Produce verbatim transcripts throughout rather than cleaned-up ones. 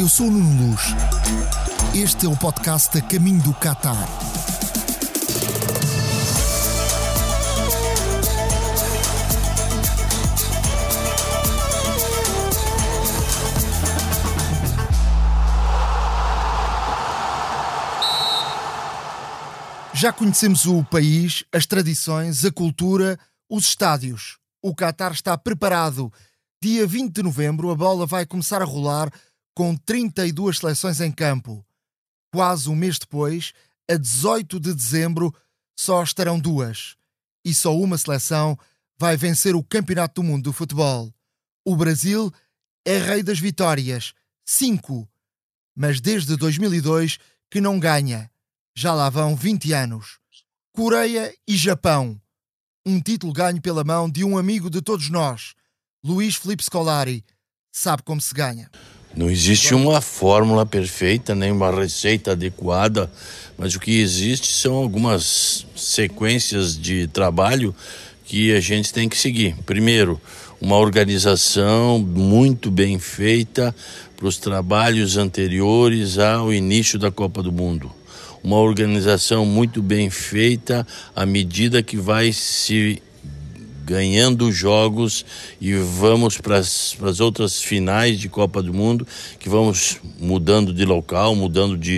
Eu sou o Nuno Luz. Este é o podcast A Caminho do Qatar. Já conhecemos o país, as tradições, a cultura, os estádios. O Qatar está preparado. Dia vinte de novembro a bola vai começar a rolar com trinta e duas seleções em campo. Quase um mês depois, a dezoito de dezembro, só estarão duas. E só uma seleção vai vencer o Campeonato do Mundo de Futebol. O Brasil é rei das vitórias. Cinco. Mas desde dois mil e dois que não ganha. Já lá vão vinte anos. Coreia e Japão. Um título ganho pela mão de um amigo de todos nós, Luís Filipe Scolari. Sabe como se ganha. Não existe uma fórmula perfeita, nem uma receita adequada, mas o que existe são algumas sequências de trabalho que a gente tem que seguir. Primeiro, uma organização muito bem feita para os trabalhos anteriores ao início da Copa do Mundo. Uma organização muito bem feita à medida que vai se ganhando jogos e vamos para as outras finais de Copa do Mundo, que vamos mudando de local, mudando de,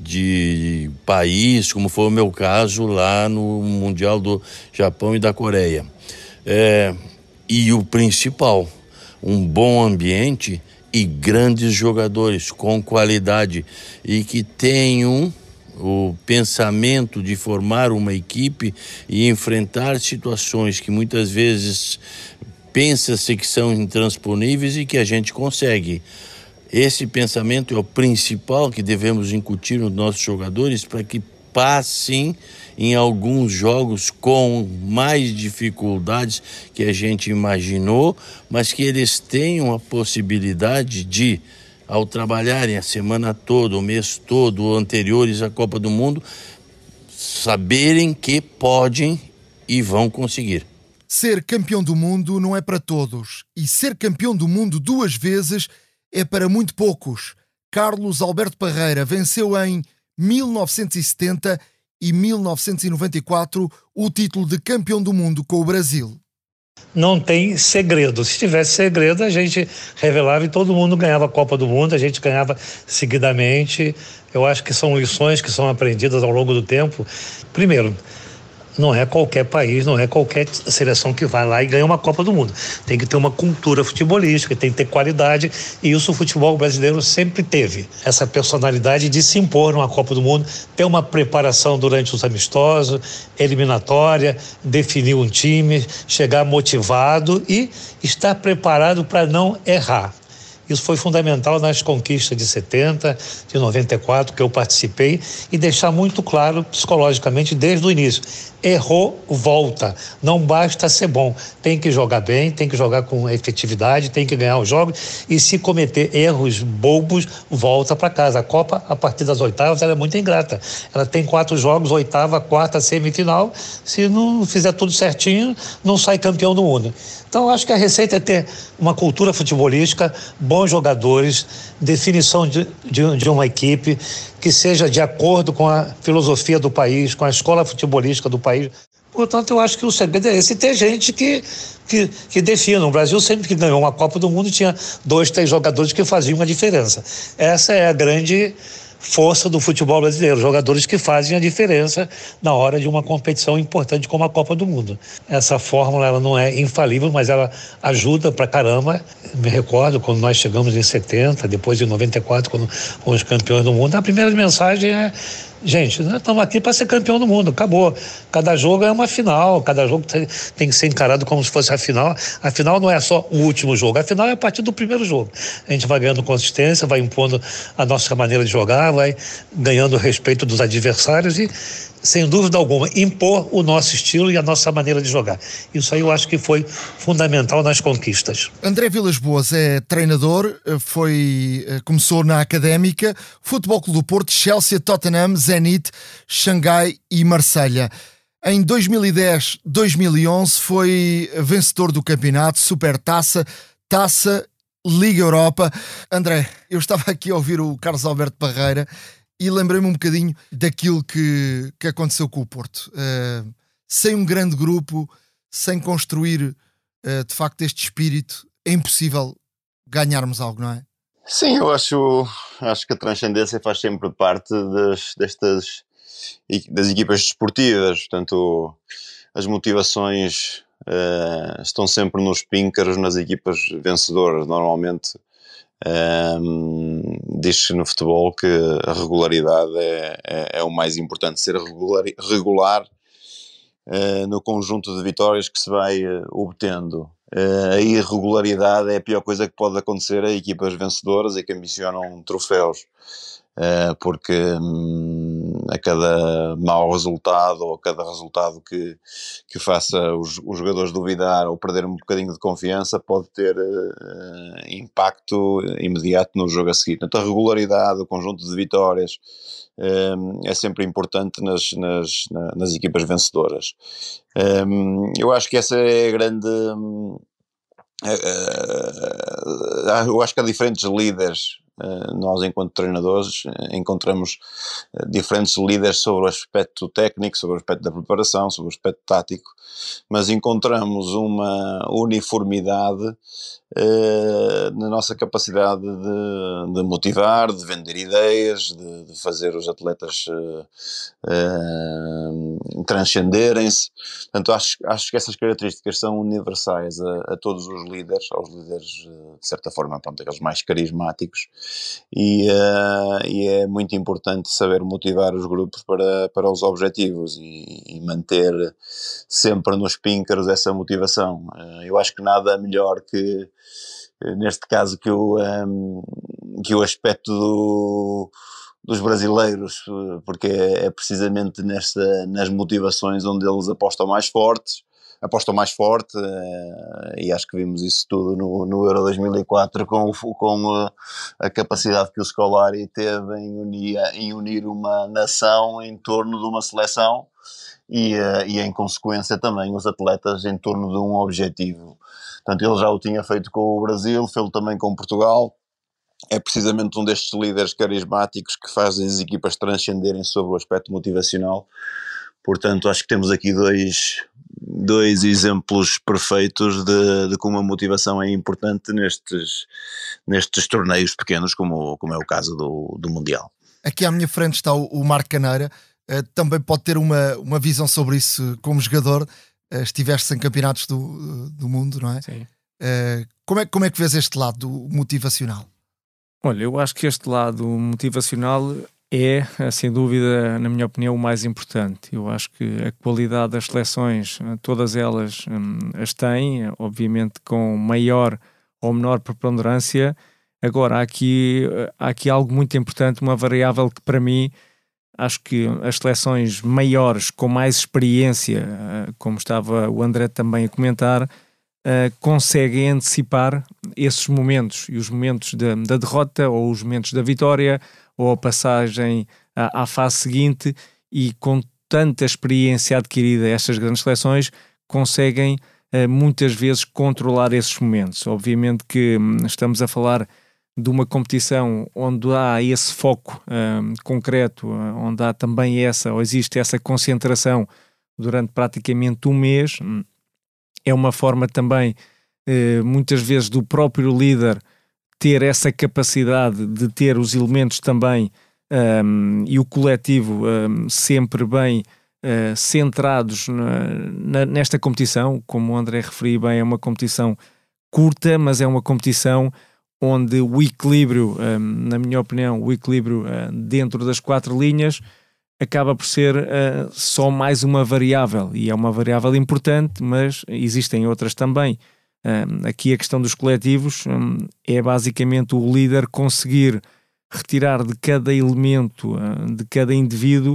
de país, como foi o meu caso lá no Mundial do Japão e da Coreia. É, e o principal, um bom ambiente e grandes jogadores com qualidade e que tenham o pensamento de formar uma equipe e enfrentar situações que muitas vezes pensa-se que são intransponíveis e que a gente consegue. Esse pensamento é o principal que devemos incutir nos nossos jogadores para que passem em alguns jogos com mais dificuldades que a gente imaginou, mas que eles tenham a possibilidade de, ao trabalharem a semana toda, o mês todo, anteriores à Copa do Mundo, saberem que podem e vão conseguir. Ser campeão do mundo não é para todos. E ser campeão do mundo duas vezes é para muito poucos. Carlos Alberto Parreira venceu em mil novecentos e setenta e mil novecentos e noventa e quatro o título de campeão do mundo com o Brasil. Não tem segredo. Se tivesse segredo, a gente revelava e todo mundo ganhava a Copa do Mundo, a gente ganhava seguidamente. Eu acho que são lições que são aprendidas ao longo do tempo. Primeiro, não é qualquer país, não é qualquer seleção que vai lá e ganha uma Copa do Mundo. Tem que ter uma cultura futebolística, tem que ter qualidade, e isso o futebol brasileiro sempre teve. Essa personalidade de se impor numa Copa do Mundo, ter uma preparação durante os amistosos, eliminatória, definir um time, chegar motivado e estar preparado para não errar. Isso foi fundamental nas conquistas de setenta, de noventa e quatro, que eu participei, e deixar muito claro psicologicamente desde o início. Errou, volta. Não basta ser bom. Tem que jogar bem, tem que jogar com efetividade, tem que ganhar os jogos, e se cometer erros bobos, volta para casa. A Copa, a partir das oitavas, ela é muito ingrata. Ela tem quatro jogos, oitava, quarta, semifinal. Se não fizer tudo certinho, não sai campeão do mundo. Então, acho que a receita é ter uma cultura futebolística, bons jogadores, definição de, de, de uma equipe que seja de acordo com a filosofia do país, com a escola futebolística do país. Portanto, eu acho que o segredo é esse, ter gente que, que, que defina. O Brasil sempre que ganhou uma Copa do Mundo tinha dois, três jogadores que faziam a diferença. Essa é a grande força do futebol brasileiro, jogadores que fazem a diferença na hora de uma competição importante como a Copa do Mundo. Essa fórmula, ela não é infalível, mas ela ajuda pra caramba. Me recordo quando nós chegamos em setenta, depois de noventa e quatro, quando fomos campeões do mundo, a primeira mensagem é: gente, nós estamos aqui para ser campeão do mundo, acabou. Cada jogo é uma final, cada jogo tem, tem que ser encarado como se fosse a final. A final não é só o último jogo, a final é a partir do primeiro jogo. A gente vai ganhando consistência, vai impondo a nossa maneira de jogar, vai ganhando o respeito dos adversários e, sem dúvida alguma, impor o nosso estilo e a nossa maneira de jogar. Isso aí eu acho que foi fundamental nas conquistas. André Vilas-Boas é treinador, foi, começou na Académica, Futebol Clube do Porto, Chelsea, Tottenham, Zenit, Xangai e Marselha. Em dois mil e dez, dois mil e onze foi vencedor do campeonato, Supertaça, Taça Liga Europa. André, eu estava aqui a ouvir o Carlos Alberto Parreira e lembrei-me um bocadinho daquilo que, que aconteceu com o Porto. Uh, sem um grande grupo, sem construir uh, de facto este espírito, é impossível ganharmos algo, não é? Sim, eu acho, acho que a transcendência faz sempre parte das, destas, das equipas desportivas, portanto as motivações uh, estão sempre nos píncaros nas equipas vencedoras. Normalmente um, diz-se no futebol que a regularidade é, é, é o mais importante, ser regular, regular uh, no conjunto de vitórias que se vai uh, obtendo. Uh, a irregularidade é a pior coisa que pode acontecer a equipas vencedoras e que ambicionam troféus, uh, porque um, a cada mau resultado ou a cada resultado que, que faça os, os jogadores duvidar ou perder um bocadinho de confiança pode ter uh, impacto imediato no jogo a seguir. Então a regularidade, o conjunto de vitórias um, é sempre importante nas, nas, nas equipas vencedoras. Um, eu acho que essa é a grande... Um, uh, eu acho que há diferentes líderes. Uh, nós, enquanto treinadores, uh, encontramos uh, diferentes líderes sobre o aspecto técnico, sobre o aspecto da preparação, sobre o aspecto tático, mas encontramos uma uniformidade uh, na nossa capacidade de, de motivar, de vender ideias, de, de fazer os atletas uh, uh, transcenderem-se. Portanto, acho, acho que essas características são universais a, a todos os líderes, aos líderes, uh, de certa forma, pronto, aqueles mais carismáticos. E, uh, e é muito importante saber motivar os grupos para, para os objetivos e, e manter sempre nos píncaros essa motivação. Uh, eu acho que nada melhor que, neste caso, que o, um, que o aspecto do, dos brasileiros, porque é, é precisamente nesta, nas motivações onde eles apostam mais fortes, apostam mais forte, uh, e acho que vimos isso tudo no, no Euro dois mil e quatro com, com uh, a capacidade que o Scolari teve em unir, em unir uma nação em torno de uma seleção e, uh, e em consequência também os atletas em torno de um objetivo. Portanto, ele já o tinha feito com o Brasil, fez-o também com Portugal. É precisamente um destes líderes carismáticos que fazem as equipas transcenderem sobre o aspecto motivacional. Portanto, acho que temos aqui dois, dois exemplos perfeitos de, de como a motivação é importante nestes, nestes torneios pequenos, como, como é o caso do, do Mundial. Aqui à minha frente está o, o Marco Caneira, uh, também pode ter uma, uma visão sobre isso como jogador. Uh, estiveste em campeonatos do, do mundo, não é? Sim. Uh, como é, como é que vês este lado motivacional? Olha, eu acho que este lado motivacional é, sem dúvida, na minha opinião, o mais importante. Eu acho que a qualidade das seleções, todas elas hum, as têm, obviamente com maior ou menor preponderância. Agora, há aqui, há aqui algo muito importante, uma variável que para mim, acho que as seleções maiores, com mais experiência, como estava o André também a comentar, Uh, conseguem antecipar esses momentos, e os momentos de, da derrota, ou os momentos da vitória, ou a passagem à, à fase seguinte, e com tanta experiência adquirida estas grandes seleções, conseguem uh, muitas vezes controlar esses momentos. Obviamente que hum, estamos a falar de uma competição onde há esse foco hum, concreto, onde há também essa, ou existe essa concentração durante praticamente um mês. hum, É uma forma também, eh, muitas vezes, do próprio líder ter essa capacidade de ter os elementos também um, e o coletivo um, sempre bem uh, centrados na, na, nesta competição. Como o André referiu bem, é uma competição curta, mas é uma competição onde o equilíbrio, um, na minha opinião, o equilíbrio uh, dentro das quatro linhas acaba por ser uh, só mais uma variável, e é uma variável importante, mas existem outras também. Um, aqui a questão dos coletivos um, é basicamente o líder conseguir retirar de cada elemento, uh, de cada indivíduo,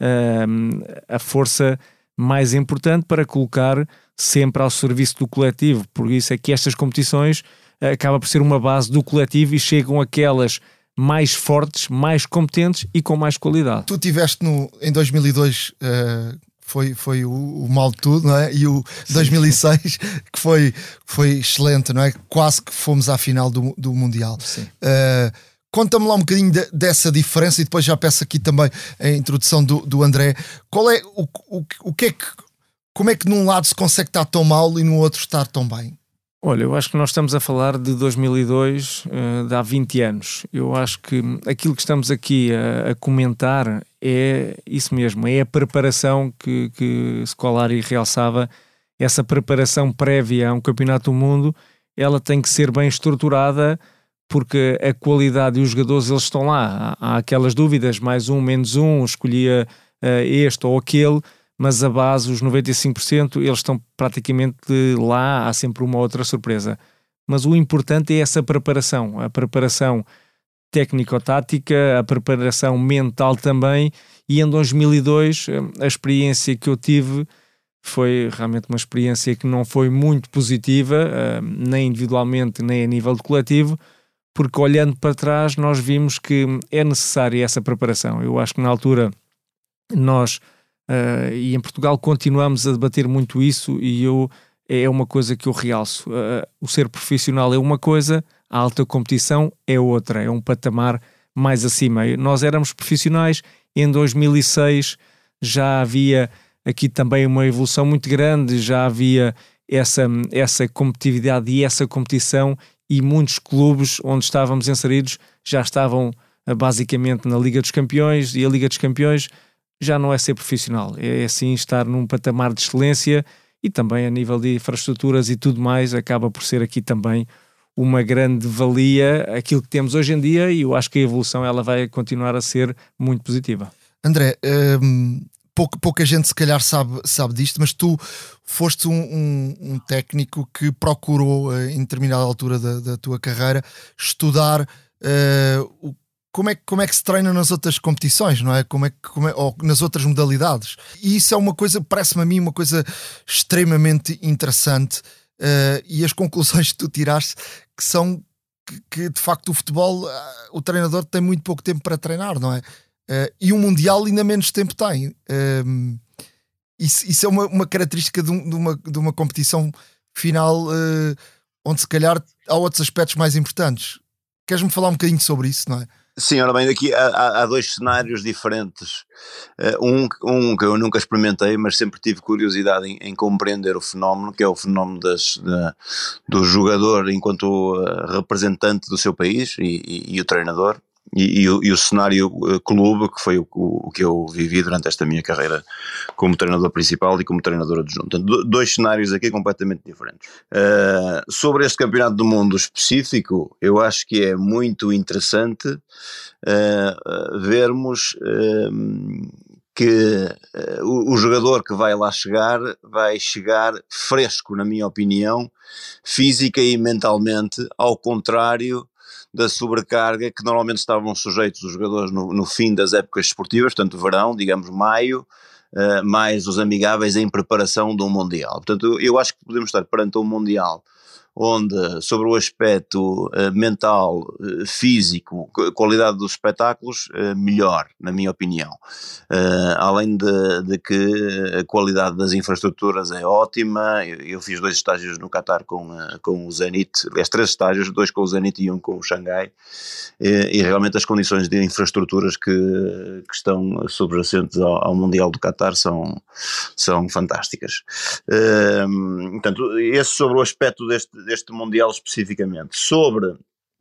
uh, a força mais importante para colocar sempre ao serviço do coletivo. Por isso é que estas competições uh, acaba por ser uma base do coletivo, e chegam aquelas mais fortes, mais competentes e com mais qualidade. Tu tiveste no, em dois mil e dois, uh, foi, foi o, o mal de tudo, não é? E o Sim. dois mil e seis, que foi, foi excelente, não é? Quase que fomos à final do, do Mundial. Uh, conta-me lá um bocadinho de, dessa diferença e depois já peço aqui também a introdução do, do André. Qual é o, o, o que é que, como é que num lado se consegue estar tão mal e no outro estar tão bem? Olha, eu acho que nós estamos a falar de dois mil e dois, uh, de há vinte anos. Eu acho que aquilo que estamos aqui a, a comentar é isso mesmo, é a preparação que, que Scolari realçava, essa preparação prévia a um campeonato do mundo, ela tem que ser bem estruturada, porque a qualidade e os jogadores, eles estão lá. Há, há aquelas dúvidas, mais um, menos um, escolhia uh, este ou aquele, mas a base, os noventa e cinco por cento, eles estão praticamente lá, há sempre uma outra surpresa. Mas o importante é essa preparação, a preparação técnico-tática, a preparação mental também, e em dois mil e dois a experiência que eu tive foi realmente uma experiência que não foi muito positiva, nem individualmente, nem a nível de coletivo, porque olhando para trás nós vimos que é necessária essa preparação. Eu acho que na altura nós... Uh, e em Portugal continuamos a debater muito isso, e eu, é uma coisa que eu realço. Uh, o ser profissional é uma coisa, a alta competição é outra, é um patamar mais acima. Nós éramos profissionais, em dois mil e seis já havia aqui também uma evolução muito grande, já havia essa, essa competitividade e essa competição, e muitos clubes onde estávamos inseridos já estavam uh, basicamente na Liga dos Campeões, e a Liga dos Campeões já não é ser profissional, é assim estar num patamar de excelência, e também a nível de infraestruturas e tudo mais, acaba por ser aqui também uma grande valia aquilo que temos hoje em dia, e eu acho que a evolução ela vai continuar a ser muito positiva. André, hum, pouca, pouca gente se calhar sabe, sabe disto, mas tu foste um, um, um técnico que procurou, em determinada altura da, da tua carreira, estudar uh, o Como é, como é que se treina nas outras competições, não é? Como é, como é, ou nas outras modalidades. E isso é uma coisa, parece-me a mim, uma coisa extremamente interessante, uh, e as conclusões que tu tiraste, que são que, que de facto o futebol, uh, o treinador tem muito pouco tempo para treinar, não é? Uh, e o Mundial ainda menos tempo tem. Uh, isso, isso é uma, uma característica de, um, de, uma, de uma competição final, uh, onde se calhar há outros aspectos mais importantes. Queres-me falar um bocadinho sobre isso, não é? Sim, ora bem, aqui há, há dois cenários diferentes. Uh, um, um que eu nunca experimentei, mas sempre tive curiosidade em, em compreender o fenómeno, que é o fenómeno das, da, do jogador enquanto uh, representante do seu país, e, e, e o treinador. E, e, o, e o cenário uh, clube, que foi o, o, o que eu vivi durante esta minha carreira como treinador principal e como treinador adjunto. Portanto, dois cenários aqui completamente diferentes. Uh, sobre este campeonato do mundo específico, eu acho que é muito interessante uh, uh, vermos uh, que uh, o, o jogador que vai lá chegar, vai chegar fresco, na minha opinião, física e mentalmente, ao contrário da sobrecarga que normalmente estavam sujeitos os jogadores no, no fim das épocas esportivas, portanto verão, digamos maio, uh, mais os amigáveis em preparação de um Mundial. Portanto, eu acho que podemos estar perante um Mundial onde, sobre o aspecto uh, mental, uh, físico, qualidade dos espetáculos, uh, melhor, na minha opinião. Uh, além de, de que a qualidade das infraestruturas é ótima. Eu, eu fiz dois estágios no Qatar com, uh, com o Zenit, aliás, três estágios, dois com o Zenit e um com o Xangai, e, e realmente as condições de infraestruturas que, que estão subjacentes ao, ao Mundial do Qatar são, são fantásticas. Uh, portanto, esse sobre o aspecto deste deste Mundial especificamente. Sobre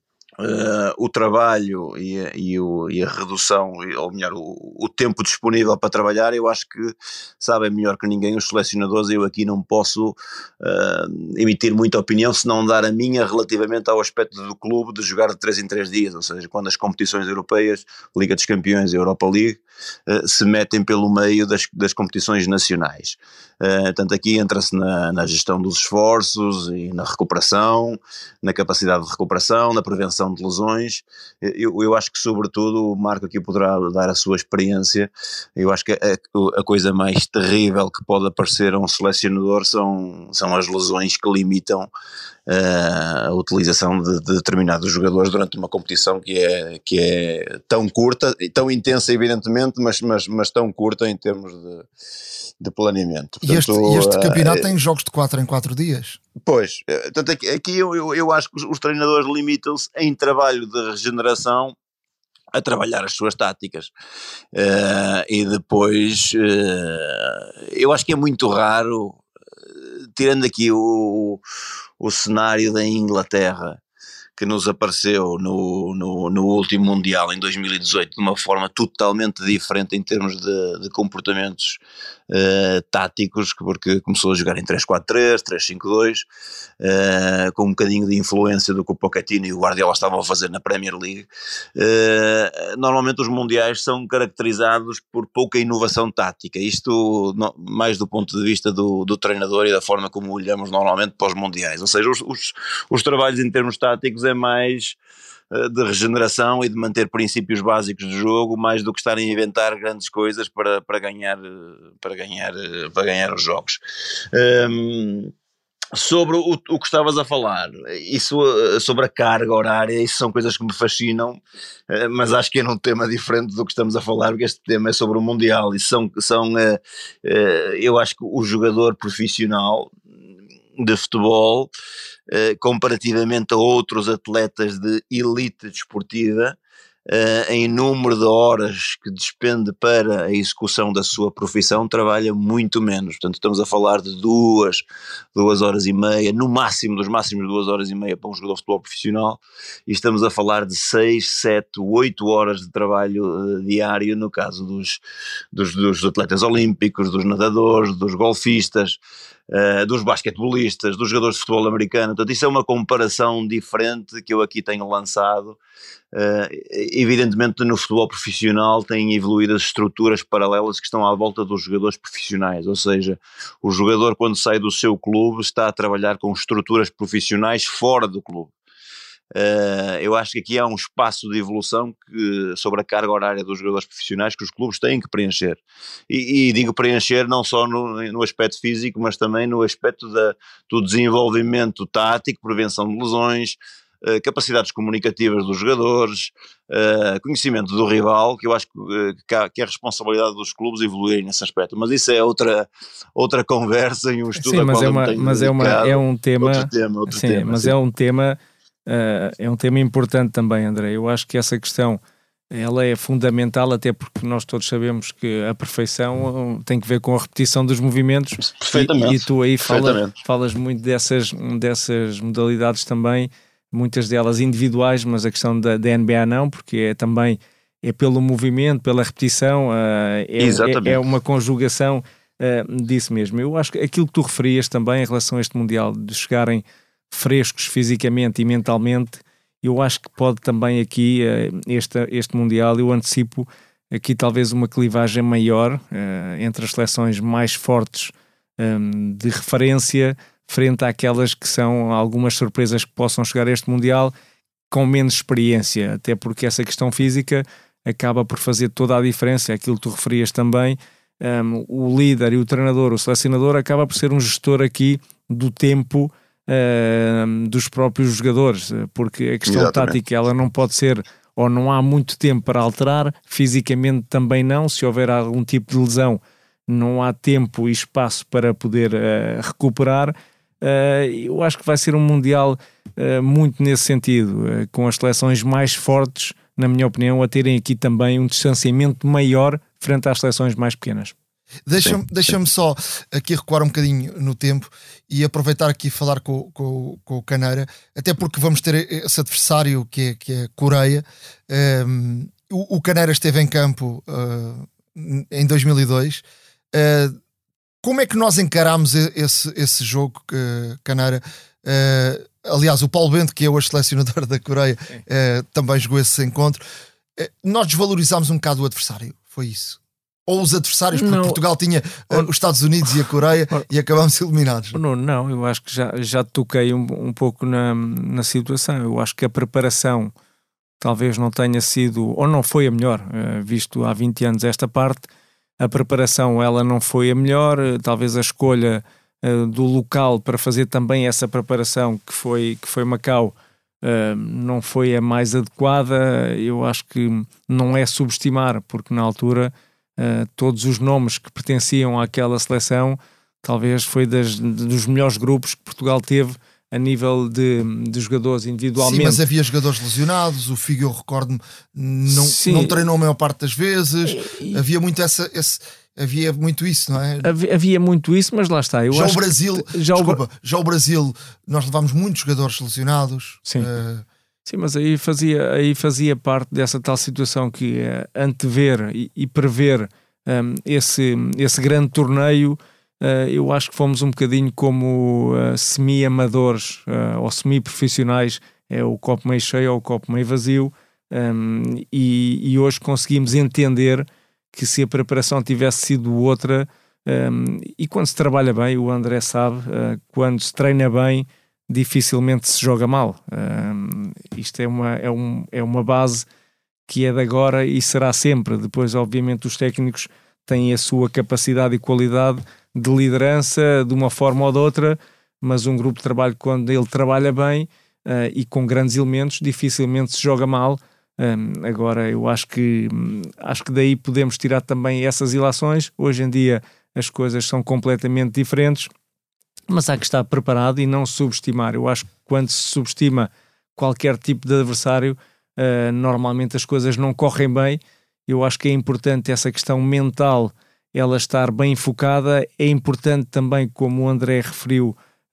Uh, o trabalho e a, e, o, e a redução, ou melhor, o, o tempo disponível para trabalhar, eu acho que sabem melhor que ninguém os selecionadores. Eu aqui não posso uh, emitir muita opinião, se não dar a minha relativamente ao aspecto do clube de jogar de três em três dias, ou seja, quando as competições europeias, Liga dos Campeões e Europa League, uh, se metem pelo meio das, das competições nacionais. Uh, tanto aqui entra-se na, na gestão dos esforços e na recuperação, na capacidade de recuperação, na prevenção prevenção de lesões. Eu, eu acho que, sobretudo, o Marco aqui poderá dar a sua experiência. Eu acho que a, a coisa mais terrível que pode aparecer a um selecionador são, são as lesões que limitam uh, a utilização de, de determinados jogadores durante uma competição que é, que é tão curta, tão intensa, evidentemente, mas, mas, mas tão curta em termos de, de planeamento. Portanto, e este, uh, este campeonato uh, tem jogos de quatro em quatro dias? Pois, portanto, aqui, aqui eu, eu, eu acho que os, os treinadores limitam-se em trabalho de regeneração a trabalhar as suas táticas uh, e depois uh, eu acho que é muito raro, uh, tirando aqui o, o cenário da Inglaterra que nos apareceu no, no, no último Mundial em dois mil e dezoito de uma forma totalmente diferente em termos de, de comportamentos uh, táticos, porque começou a jogar em três quatro três, três cinco dois, uh, com um bocadinho de influência do que o Pochettino e o Guardiola estavam a fazer na Premier League. Uh, normalmente os Mundiais são caracterizados por pouca inovação tática, isto no, mais do ponto de vista do, do treinador e da forma como olhamos normalmente para os Mundiais, ou seja, os, os, os trabalhos em termos táticos é mais uh, de regeneração e de manter princípios básicos de jogo, mais do que estarem a inventar grandes coisas para, para, ganhar, para, ganhar, para ganhar os jogos. Um, sobre o, o que estavas a falar, isso, sobre a carga horária, isso são coisas que me fascinam, uh, mas acho que é num tema diferente do que estamos a falar, porque este tema é sobre o Mundial, e são, são uh, uh, eu acho que o jogador profissional de futebol, Uh, comparativamente a outros atletas de elite desportiva, uh, em número de horas que despende para a execução da sua profissão, trabalha muito menos. Portanto, estamos a falar de duas, duas horas e meia, no máximo, dos máximos duas horas e meia para um jogador de futebol profissional, e estamos a falar de seis, sete, oito horas de trabalho uh, diário no caso dos, dos, dos atletas olímpicos, dos nadadores, dos golfistas, Uh, dos basquetebolistas, dos jogadores de futebol americano. Portanto, isso é uma comparação diferente que eu aqui tenho lançado. Uh, evidentemente no futebol profissional têm evoluído as estruturas paralelas que estão à volta dos jogadores profissionais, ou seja, o jogador quando sai do seu clube está a trabalhar com estruturas profissionais fora do clube. Uh, eu acho que aqui há um espaço de evolução que, sobre a carga horária dos jogadores profissionais que os clubes têm que preencher, e, e digo preencher não só no, no aspecto físico, mas também no aspecto da, do desenvolvimento tático, prevenção de lesões, uh, capacidades comunicativas dos jogadores, uh, conhecimento do rival, que eu acho que, uh, que, há, que é a responsabilidade dos clubes evoluírem nesse aspecto, mas isso é outra, outra conversa e um estudo. Sim, mas, é, uma, mas é, uma, é um tema, outro tema, outro sim, tema mas sim. é um tema Uh, é um tema importante também, André. Eu acho que essa questão ela é fundamental, até porque nós todos sabemos que a perfeição tem que ver com a repetição dos movimentos. Perfeitamente. E, e tu aí fala, falas muito dessas, dessas modalidades também, muitas delas individuais, mas a questão da, da N B A não, porque é também é pelo movimento, pela repetição, uh, é, é, é uma conjugação uh, disso mesmo. Eu acho que aquilo que tu referias também em relação a este Mundial, de chegarem frescos fisicamente e mentalmente, eu acho que pode também aqui, este, este Mundial, eu antecipo aqui talvez uma clivagem maior uh, entre as seleções mais fortes um, de referência, frente àquelas que são algumas surpresas que possam chegar a este Mundial com menos experiência, até porque essa questão física acaba por fazer toda a diferença. Aquilo que tu referias também, um, o líder e o treinador, o selecionador, acaba por ser um gestor aqui do tempo Uh, dos próprios jogadores, porque a questão Exatamente. tática ela não pode ser, ou não há muito tempo para alterar, fisicamente também não, se houver algum tipo de lesão não há tempo e espaço para poder uh, recuperar. Uh, eu acho que vai ser um Mundial uh, muito nesse sentido, uh, com as seleções mais fortes, na minha opinião, a terem aqui também um distanciamento maior frente às seleções mais pequenas. Deixa-me deixa só aqui recuar um bocadinho no tempo e aproveitar aqui e falar com, com, com o Caneira, até porque vamos ter esse adversário que é, que é a Coreia. Um, o, o Caneira esteve em campo uh, em dois mil e dois. Uh, como é que nós encaramos esse, esse jogo, uh, Caneira? Uh, aliás, o Paulo Bento, que é hoje selecionador da Coreia, uh, também jogou esse encontro. Uh, nós desvalorizámos um bocado o adversário, foi isso? ou os adversários, porque não. Portugal tinha uh, os Estados Unidos e a Coreia e acabámos eliminados. Não, não, eu acho que já, já toquei um, um pouco na, na situação. Eu acho que a preparação talvez não tenha sido, ou não foi a melhor, uh, visto há vinte anos esta parte. A preparação ela não foi a melhor, uh, talvez a escolha uh, do local para fazer também essa preparação que foi, que foi Macau uh, não foi a mais adequada. Eu acho que não é subestimar, porque na altura uh, todos os nomes que pertenciam àquela seleção talvez foi das, dos melhores grupos que Portugal teve a nível de, de jogadores individualmente. Sim, mas havia jogadores lesionados, o Figo, eu recordo-me, não, não treinou a maior parte das vezes, e, havia muito essa, esse, havia muito isso, não é? Havia, havia muito isso, mas lá está. Eu já acho o Brasil, que, já desculpa, o... já o Brasil, nós levámos muitos jogadores lesionados. Sim, uh... Sim, mas aí fazia, aí fazia parte dessa tal situação que é antever e, e prever um, esse, esse grande torneio. Uh, eu acho que fomos um bocadinho como uh, semi-amadores uh, ou semi-profissionais, é o copo meio cheio ou o copo meio vazio, um, e, e hoje conseguimos entender que se a preparação tivesse sido outra, um, e quando se trabalha bem, o André sabe, uh, quando se treina bem, dificilmente se joga mal. Um, isto é uma, é, um, é uma base que é de agora e será sempre. Depois, obviamente, os técnicos têm a sua capacidade e qualidade de liderança de uma forma ou de outra, mas um grupo de trabalho, quando ele trabalha bem uh, e com grandes elementos, dificilmente se joga mal. Um, agora eu acho que acho que daí podemos tirar também essas ilações. Hoje em dia as coisas são completamente diferentes, mas há que estar preparado e não subestimar. Eu acho que quando se subestima qualquer tipo de adversário, uh, normalmente as coisas não correm bem. Eu acho que é importante essa questão mental, ela estar bem focada. É importante também, como o André referiu,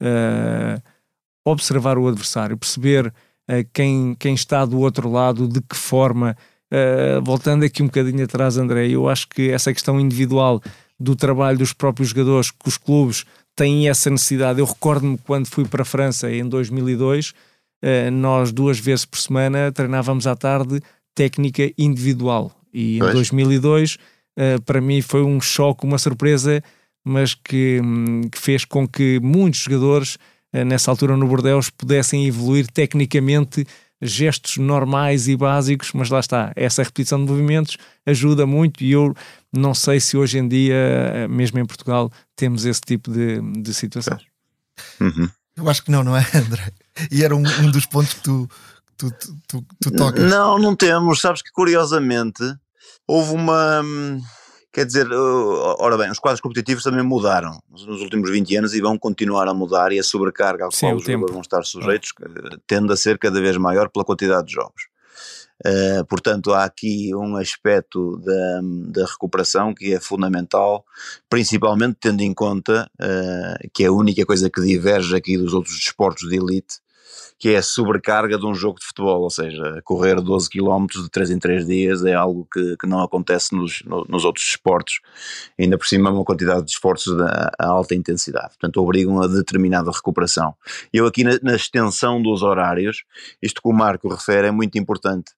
uh, observar o adversário, perceber uh, quem, quem está do outro lado, de que forma. Uh, voltando aqui um bocadinho atrás, André, eu acho que essa questão individual do trabalho dos próprios jogadores, que os clubes têm essa necessidade. Eu recordo-me quando fui para a França em dois mil e dois, uh, nós duas vezes por semana treinávamos à tarde técnica individual, e pois. Em dois mil e dois Uh, para mim foi um choque, uma surpresa, mas que, um, que fez com que muitos jogadores uh, nessa altura no Bordeaux pudessem evoluir tecnicamente, gestos normais e básicos, mas lá está, essa repetição de movimentos ajuda muito, e eu não sei se hoje em dia, mesmo em Portugal, temos esse tipo de, de situação. Uhum. Eu acho que não, não é, André? E era um, um dos pontos que tu, tu, tu, tu, tu tocas. Não, não temos. Sabes que curiosamente houve uma, quer dizer, ora bem, os quadros competitivos também mudaram nos últimos vinte anos e vão continuar a mudar, e a sobrecarga ao qual os jogadores vão estar sujeitos tende a ser cada vez maior pela quantidade de jogos. Uh, portanto, há aqui um aspecto da, da recuperação que é fundamental, principalmente tendo em conta uh, que é a única coisa que diverge aqui dos outros desportos de elite, que é a sobrecarga de um jogo de futebol, ou seja, correr doze quilómetros de três em três dias é algo que, que não acontece nos, no, nos outros desportos, ainda por cima uma quantidade de esforços de a alta intensidade, portanto obrigam a determinada recuperação. Eu aqui na, na extensão dos horários, isto que o Marco refere é muito importante,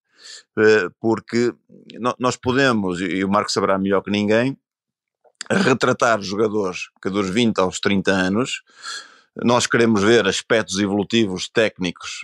porque nós podemos, e o Marco saberá melhor que ninguém, retratar jogadores que dos vinte aos trinta anos, nós queremos ver aspectos evolutivos técnicos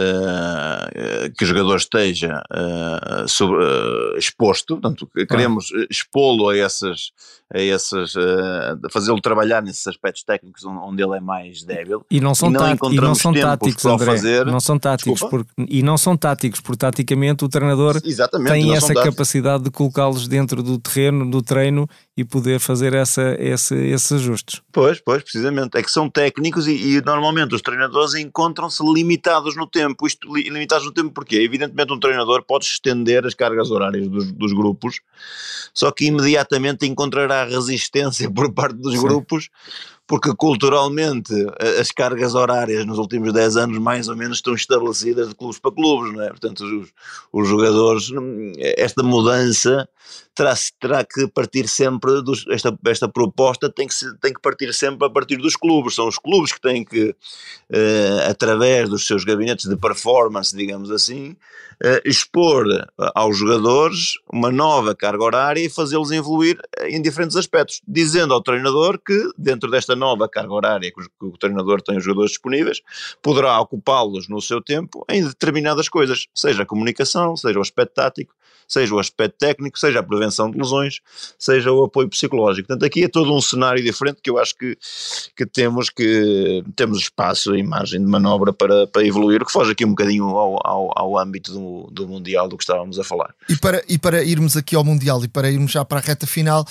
uh, que o jogador esteja uh, sobre, uh, exposto, portanto queremos ah. expô-lo a essas, a essas uh, fazê-lo trabalhar nesses aspectos técnicos onde ele é mais débil, e não são, e não tá e não são táticos, André, fazer... não são táticos por, e não são táticos, porque taticamente o treinador Exatamente, tem essa capacidade de colocá-los dentro do terreno, do treino, e poder fazer essa, esse, esses ajustes. Pois, pois, precisamente, é que são técnicos e, e normalmente os treinadores encontram-se limitados no tempo. Isto limitados no tempo porquê? Evidentemente um treinador pode estender as cargas horárias dos, dos grupos, só que imediatamente encontrará resistência por parte dos Sim. grupos, porque culturalmente as cargas horárias nos últimos dez anos mais ou menos estão estabelecidas de clubes para clubes, não é? Portanto, os, os jogadores, esta mudança terá, terá que partir sempre, dos, esta, esta proposta tem que, tem que partir sempre a partir dos clubes, são os clubes que têm que, eh, através dos seus gabinetes de performance, digamos assim, eh, expor aos jogadores uma nova carga horária e fazê-los evoluir em diferentes aspectos, dizendo ao treinador que dentro desta nova carga horária que o, que o treinador tem os jogadores disponíveis, poderá ocupá-los no seu tempo em determinadas coisas, seja a comunicação, seja o aspecto tático, seja o aspecto técnico, seja a prevenção de lesões, seja o apoio psicológico. Portanto, aqui é todo um cenário diferente que eu acho que, que temos que temos espaço e margem de manobra para, para evoluir, que foge aqui um bocadinho ao, ao, ao âmbito do, do Mundial do que estávamos a falar. E para, e para irmos aqui ao Mundial e para irmos já para a reta final,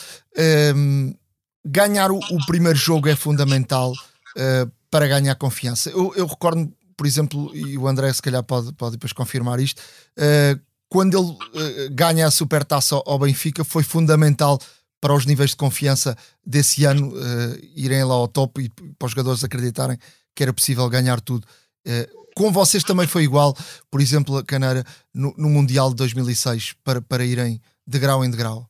hum, ganhar o, o primeiro jogo é fundamental uh, para ganhar confiança. Eu, eu recordo, por exemplo, e o André se calhar pode, pode depois confirmar isto, uh, quando ele uh, ganha a Supertaça ao, ao Benfica, foi fundamental para os níveis de confiança desse ano uh, irem lá ao topo e para os jogadores acreditarem que era possível ganhar tudo. Uh, com vocês também foi igual, por exemplo, a Caneira no, no Mundial de dois mil e seis, para, para irem de grau em degrau?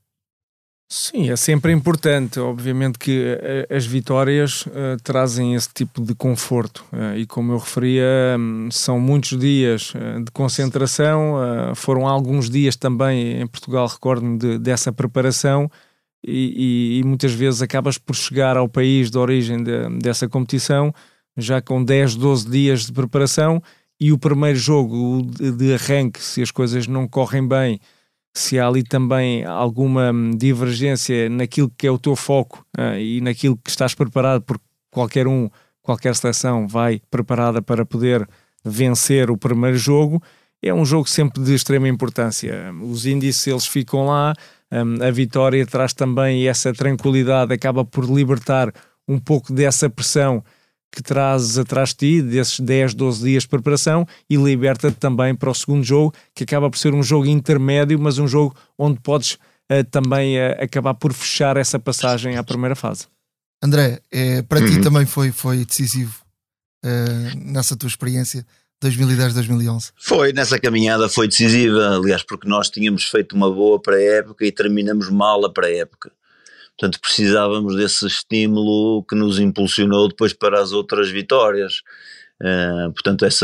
Sim, é sempre importante. Obviamente que as vitórias uh, trazem esse tipo de conforto uh, e, como eu referia, um, são muitos dias uh, de concentração, uh, foram alguns dias também em Portugal, recordo-me de, dessa preparação e, e, e muitas vezes acabas por chegar ao país de origem de, dessa competição já com dez, doze dias de preparação e o primeiro jogo de, de arranque, se as coisas não correm bem, se há ali também alguma divergência naquilo que é o teu foco uh, e naquilo que estás preparado, porque qualquer um, qualquer seleção vai preparada para poder vencer o primeiro jogo, é um jogo sempre de extrema importância. Os índices, eles ficam lá, um, a vitória traz também essa tranquilidade, acaba por libertar um pouco dessa pressão que trazes atrás de ti, desses dez, doze dias de preparação, e liberta-te também para o segundo jogo, que acaba por ser um jogo intermédio, mas um jogo onde podes uh, também uh, acabar por fechar essa passagem à primeira fase. André, é, para uhum. ti também foi, foi decisivo uh, nessa tua experiência dois mil e dez, dois mil e onze? Foi, nessa caminhada foi decisiva, aliás, porque nós tínhamos feito uma boa pré-época e terminamos mal a pré-época. Portanto, precisávamos desse estímulo que nos impulsionou depois para as outras vitórias. Uh, portanto, essa,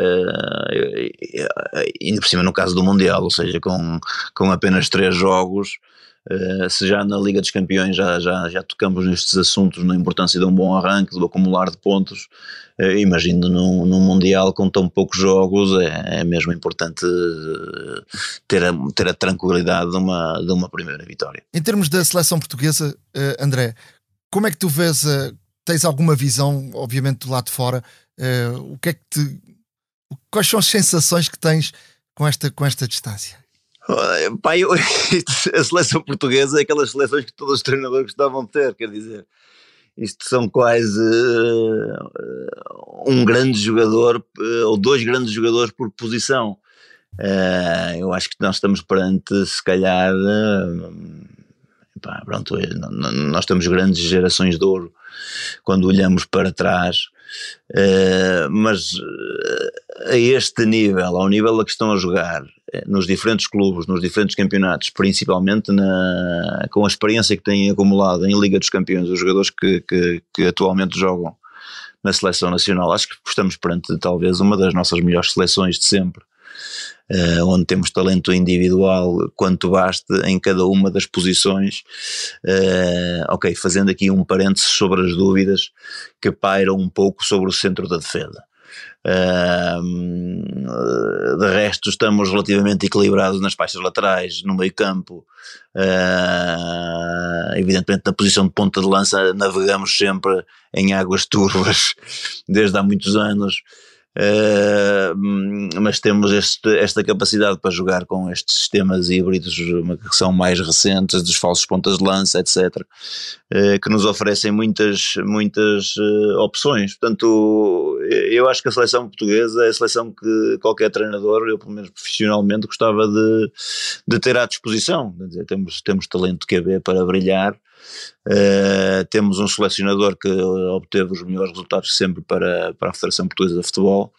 uh, ainda por cima no caso do Mundial, ou seja, com, com apenas três jogos, uh, se já na Liga dos Campeões já, já, já tocamos nestes assuntos, na importância de um bom arranque, do acumular de pontos, uh, imagino num, num Mundial com tão poucos jogos, é, é mesmo importante ter a, ter a tranquilidade de uma, de uma primeira vitória. Em termos da seleção portuguesa, uh, André, como é que tu vês, uh, tens alguma visão, obviamente do lado de fora, uh, o que é que te, quais são as sensações que tens com esta, com esta distância? Uh, pá, eu, a seleção portuguesa é aquelas seleções que todos os treinadores gostavam de ter, quer dizer, isto são quase uh, um grande jogador uh, ou dois grandes jogadores por posição. Uh, eu acho que nós estamos perante, se calhar, uh, pá, pronto, nós temos grandes gerações de ouro quando olhamos para trás, uh, mas uh, a este nível, ao nível a que estão a jogar, nos diferentes clubes, nos diferentes campeonatos, principalmente na, com a experiência que têm acumulado em Liga dos Campeões, os jogadores que, que, que atualmente jogam na seleção nacional, acho que estamos perante talvez uma das nossas melhores seleções de sempre. Uh, onde temos talento individual quanto baste em cada uma das posições, uh, ok, fazendo aqui um parênteses sobre as dúvidas que pairam um pouco sobre o centro da defesa. Uh, de resto estamos relativamente equilibrados nas faixas laterais, no meio campo, uh, evidentemente na posição de ponta de lança navegamos sempre em águas turvas desde há muitos anos. Uh, mas temos este, esta capacidade para jogar com estes sistemas híbridos que são mais recentes, dos falsos pontas de lança, etcétera, uh, que nos oferecem muitas, muitas uh, opções. Portanto, eu acho que a seleção portuguesa é a seleção que qualquer treinador, eu pelo menos profissionalmente, gostava de, de ter à disposição. Quer dizer, temos, temos talento Q B para brilhar. Uh, temos um selecionador que obteve os melhores resultados sempre para, para a Federação Portuguesa de Futebol.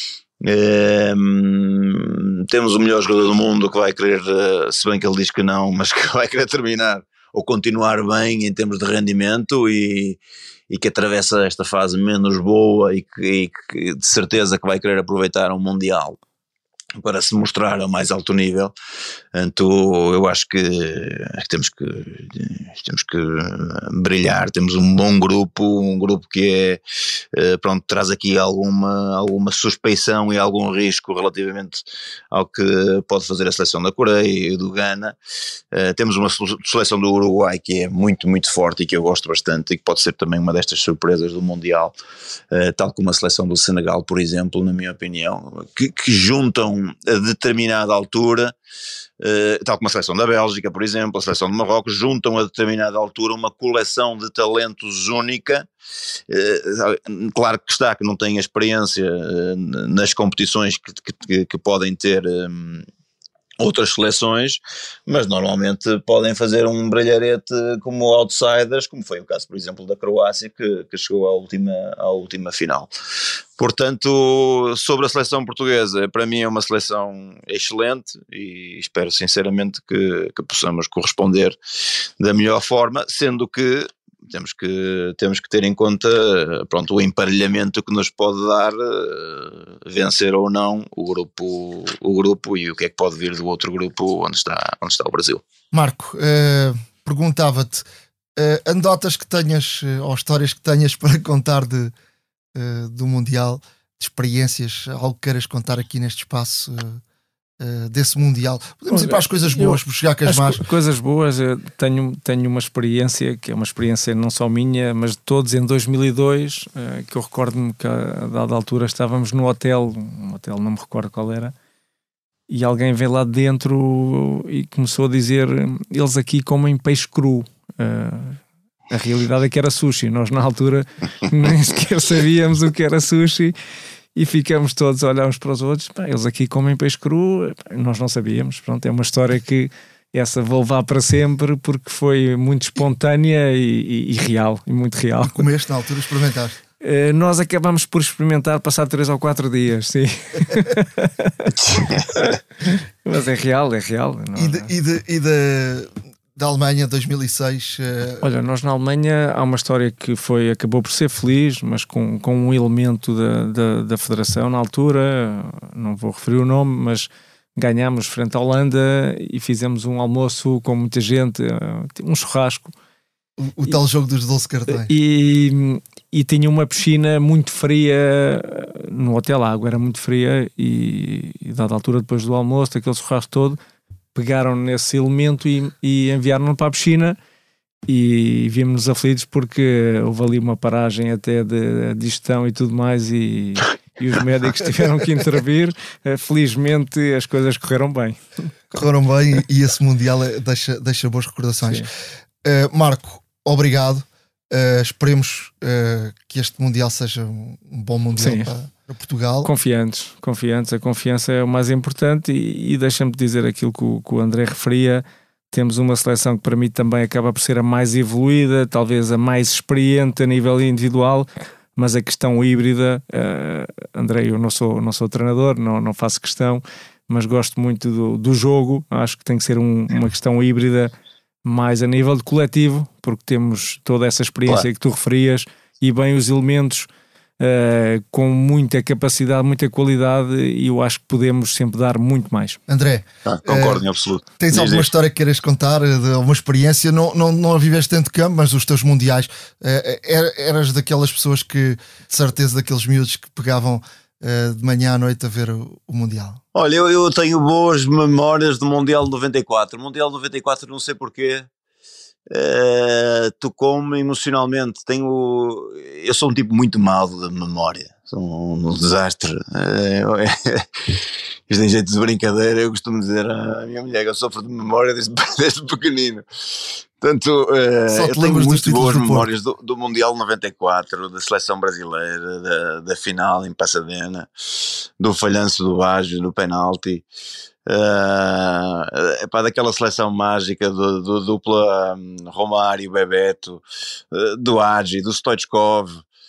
Uh, temos o melhor jogador do mundo que vai querer, uh, se bem que ele diz que não, mas que vai querer terminar ou continuar bem em termos de rendimento e, e que atravessa esta fase menos boa e que, e que de certeza que vai querer aproveitar um Mundial para se mostrar ao mais alto nível. Então eu acho que, que temos que temos que brilhar, temos um bom grupo, um grupo que é, pronto, traz aqui alguma, alguma suspeição e algum risco relativamente ao que pode fazer a seleção da Coreia e do Ghana. Uh, temos uma seleção do Uruguai que é muito, muito forte e que eu gosto bastante e que pode ser também uma destas surpresas do Mundial, uh, tal como a seleção do Senegal, por exemplo, na minha opinião, que, que juntam a determinada altura, uh, tal como a seleção da Bélgica, por exemplo, a seleção de Marrocos, juntam a determinada altura uma coleção de talentos única. Uh, claro que está, que não têm a experiência uh, nas competições que, que, que podem ter um, outras seleções, mas normalmente podem fazer um brilharete como outsiders, como foi o caso, por exemplo, da Croácia, que, que chegou à última, à última final. Portanto, sobre a seleção portuguesa, para mim é uma seleção excelente e espero sinceramente que, que possamos corresponder da melhor forma, sendo que temos que, temos que ter em conta, pronto, o emparelhamento que nos pode dar uh, vencer ou não o grupo, o grupo e o que é que pode vir do outro grupo onde está, onde está o Brasil. Marco, uh, perguntava-te, uh, anedotas que tenhas, uh, ou histórias que tenhas para contar de, uh, do Mundial, de experiências, algo que queiras contar aqui neste espaço uh, uh, desse Mundial. Podemos ir para as coisas boas, por chegar com as más. Coisas boas, eu tenho, tenho uma experiência, que é uma experiência não só minha, mas de todos, em dois mil e dois, uh, que eu recordo-me que a dada altura estávamos no hotel, um hotel, não me recordo qual era, e alguém veio lá de dentro e começou a dizer: eles aqui comem peixe cru. Uh, a realidade é que era sushi. Nós na altura nem sequer sabíamos o que era sushi e ficamos todos a olhar uns para os outros. Pá, eles aqui comem peixe cru. Pá, nós não sabíamos. Pronto, é uma história que essa vou levar para sempre porque foi muito espontânea e, e, e real, e muito real. Comeste na altura, experimentaste? Uh, nós acabamos por experimentar passar três ou quatro dias, sim. Mas é real, é real. Não, e de, e de, e de, da Alemanha, dois mil e seis? Uh... Olha, nós na Alemanha há uma história que foi, acabou por ser feliz, mas com, com um elemento da, da, da federação na altura, não vou referir o nome, mas ganhámos frente à Holanda e fizemos um almoço com muita gente, um churrasco. O, o tal e, jogo dos doze cartões. E, e tinha uma piscina muito fria no hotel, a água era muito fria e, e dada a altura, depois do almoço, aquele churrasco todo, pegaram nesse elemento e, e enviaram-no para a piscina e vimos-nos aflitos porque houve ali uma paragem até de digestão e tudo mais e, e os médicos tiveram que intervir. Felizmente as coisas correram bem. Correram bem e esse Mundial deixa, deixa boas recordações. Uh, Marco, obrigado. Uh, esperemos uh, que este Mundial seja um bom Mundial para, para Portugal. Confiantes, confiantes. A confiança é o mais importante e, e deixa-me dizer aquilo que o, que o André referia. Temos uma seleção que para mim também acaba por ser a mais evoluída, talvez a mais experiente a nível individual, mas a questão híbrida, uh, André, eu não sou, não sou treinador, não, não faço questão, mas gosto muito do, do jogo. Acho que tem que ser um, uma questão híbrida mais a nível de coletivo, porque temos toda essa experiência claro. Que tu referias e bem os elementos uh, com muita capacidade, muita qualidade e eu acho que podemos sempre dar muito mais. André, ah, concordo uh, em absoluto. Tens Diz alguma isso. História que queiras contar, de alguma experiência? Não, não, não a viveste dentro de campo, mas os teus mundiais, uh, eras daquelas pessoas que, de certeza, daqueles miúdos que pegavam uh, de manhã à noite a ver o, o Mundial? Olha, eu, eu tenho boas memórias do Mundial de noventa e quatro. O Mundial de noventa e quatro, não sei porquê, uh, tocou-me emocionalmente. Tenho, eu sou um tipo muito mau da memória, sou um, um desastre. Uh, isto tem jeito de brincadeira. Eu costumo dizer à minha mulher que eu sofro de memória desde, desde pequenino. Portanto, uh, eu tenho muito boas memórias do, do Mundial noventa e quatro, da seleção brasileira, da, da final em Pasadena, do falhanço do Baggio, do penalti. uh, epá, daquela seleção mágica do, do dupla um, Romário, Bebeto, uh, do Hagi, do Stoichkov,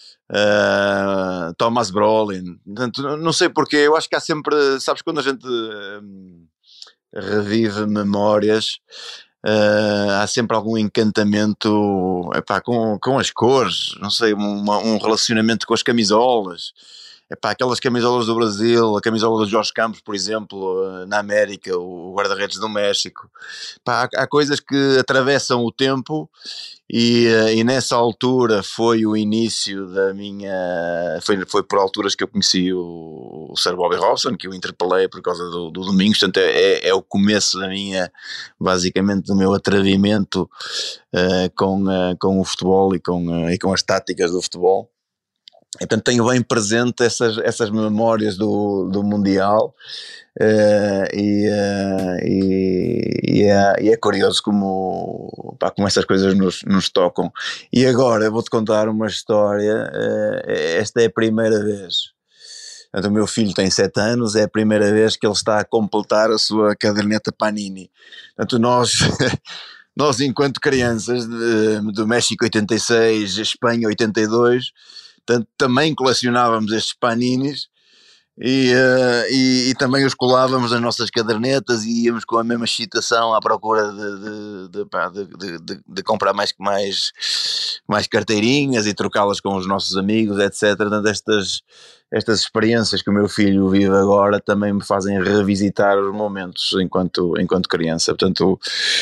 uh, Thomas Brolin. Portanto, não sei porquê, eu acho que há sempre, sabes, quando a gente um, revive memórias, Uh, há sempre algum encantamento, epá, com, com as cores, não sei, uma, um relacionamento com as camisolas, epá, aquelas camisolas do Brasil, a camisola do Jorge Campos, por exemplo, na América, o guarda-redes do México. Epá, há, há coisas que atravessam o tempo e, e nessa altura foi o início da minha, foi, foi por alturas que eu conheci o, o Sir Bobby Robson, que eu interpelei por causa do, do Domingos. Portanto é, é, é o começo da minha, basicamente do meu atrevimento uh, com, uh, com o futebol e com, uh, e com as táticas do futebol. E, portanto, tenho bem presente essas, essas memórias do, do Mundial, uh, e, uh, e, e, é, e é curioso como, pá, como essas coisas nos, nos tocam. E agora eu vou-te contar uma história. Uh, esta é a primeira vez. Portanto, o meu filho tem sete anos, é a primeira vez que ele está a completar a sua caderneta Panini. Portanto, nós... nós enquanto crianças de, do México oitenta e seis, Espanha oitenta e dois... Portanto, também colecionávamos estes paninis e, uh, e, e também os colávamos nas nossas cadernetas e íamos com a mesma excitação à procura de, de, de, pá, de, de, de, de comprar mais, mais, mais carteirinhas e trocá-las com os nossos amigos, etcétera. Portanto, estas, estas experiências que o meu filho vive agora também me fazem revisitar os momentos enquanto, enquanto criança. Portanto,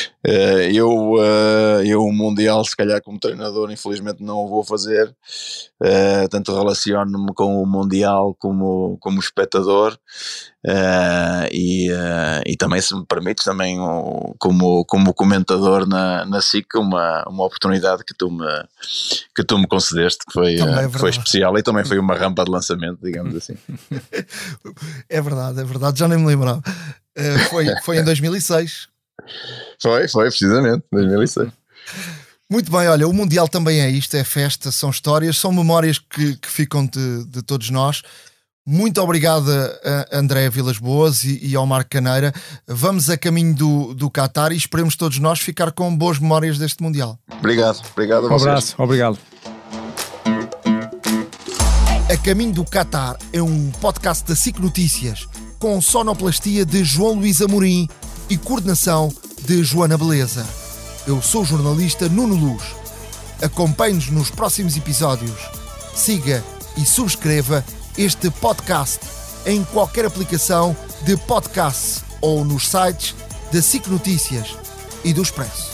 eu, eu o Mundial, se calhar como treinador, infelizmente não o vou fazer, tanto relaciono-me com o Mundial como, como espectador, e, e também, se me permites, também como, como comentador na, na S I C, uma, uma oportunidade que tu me, que tu me concedeste, que foi, é foi especial e também foi uma rampa de lançamento, digamos assim. É verdade, é verdade, já nem me lembrava. Uh, foi, foi em dois mil e seis. Foi, foi, precisamente, dois mil e seis. Muito bem, olha, o Mundial também é isto, é festa, são histórias, são memórias que, que ficam de, de todos nós. Muito obrigado a André Vilas Boas e, e ao Marco Caneira. Vamos a caminho do, do Qatar e esperemos todos nós ficar com boas memórias deste Mundial. Obrigado, obrigado a vocês. Um abraço, obrigado. A Caminho do Qatar é um podcast da S I C Notícias, com sonoplastia de João Luís Amorim e coordenação de Joana Beleza. Eu sou o jornalista Nuno Luz. Acompanhe-nos nos próximos episódios. Siga e subscreva este podcast em qualquer aplicação de podcast ou nos sites da S I C Notícias e do Expresso.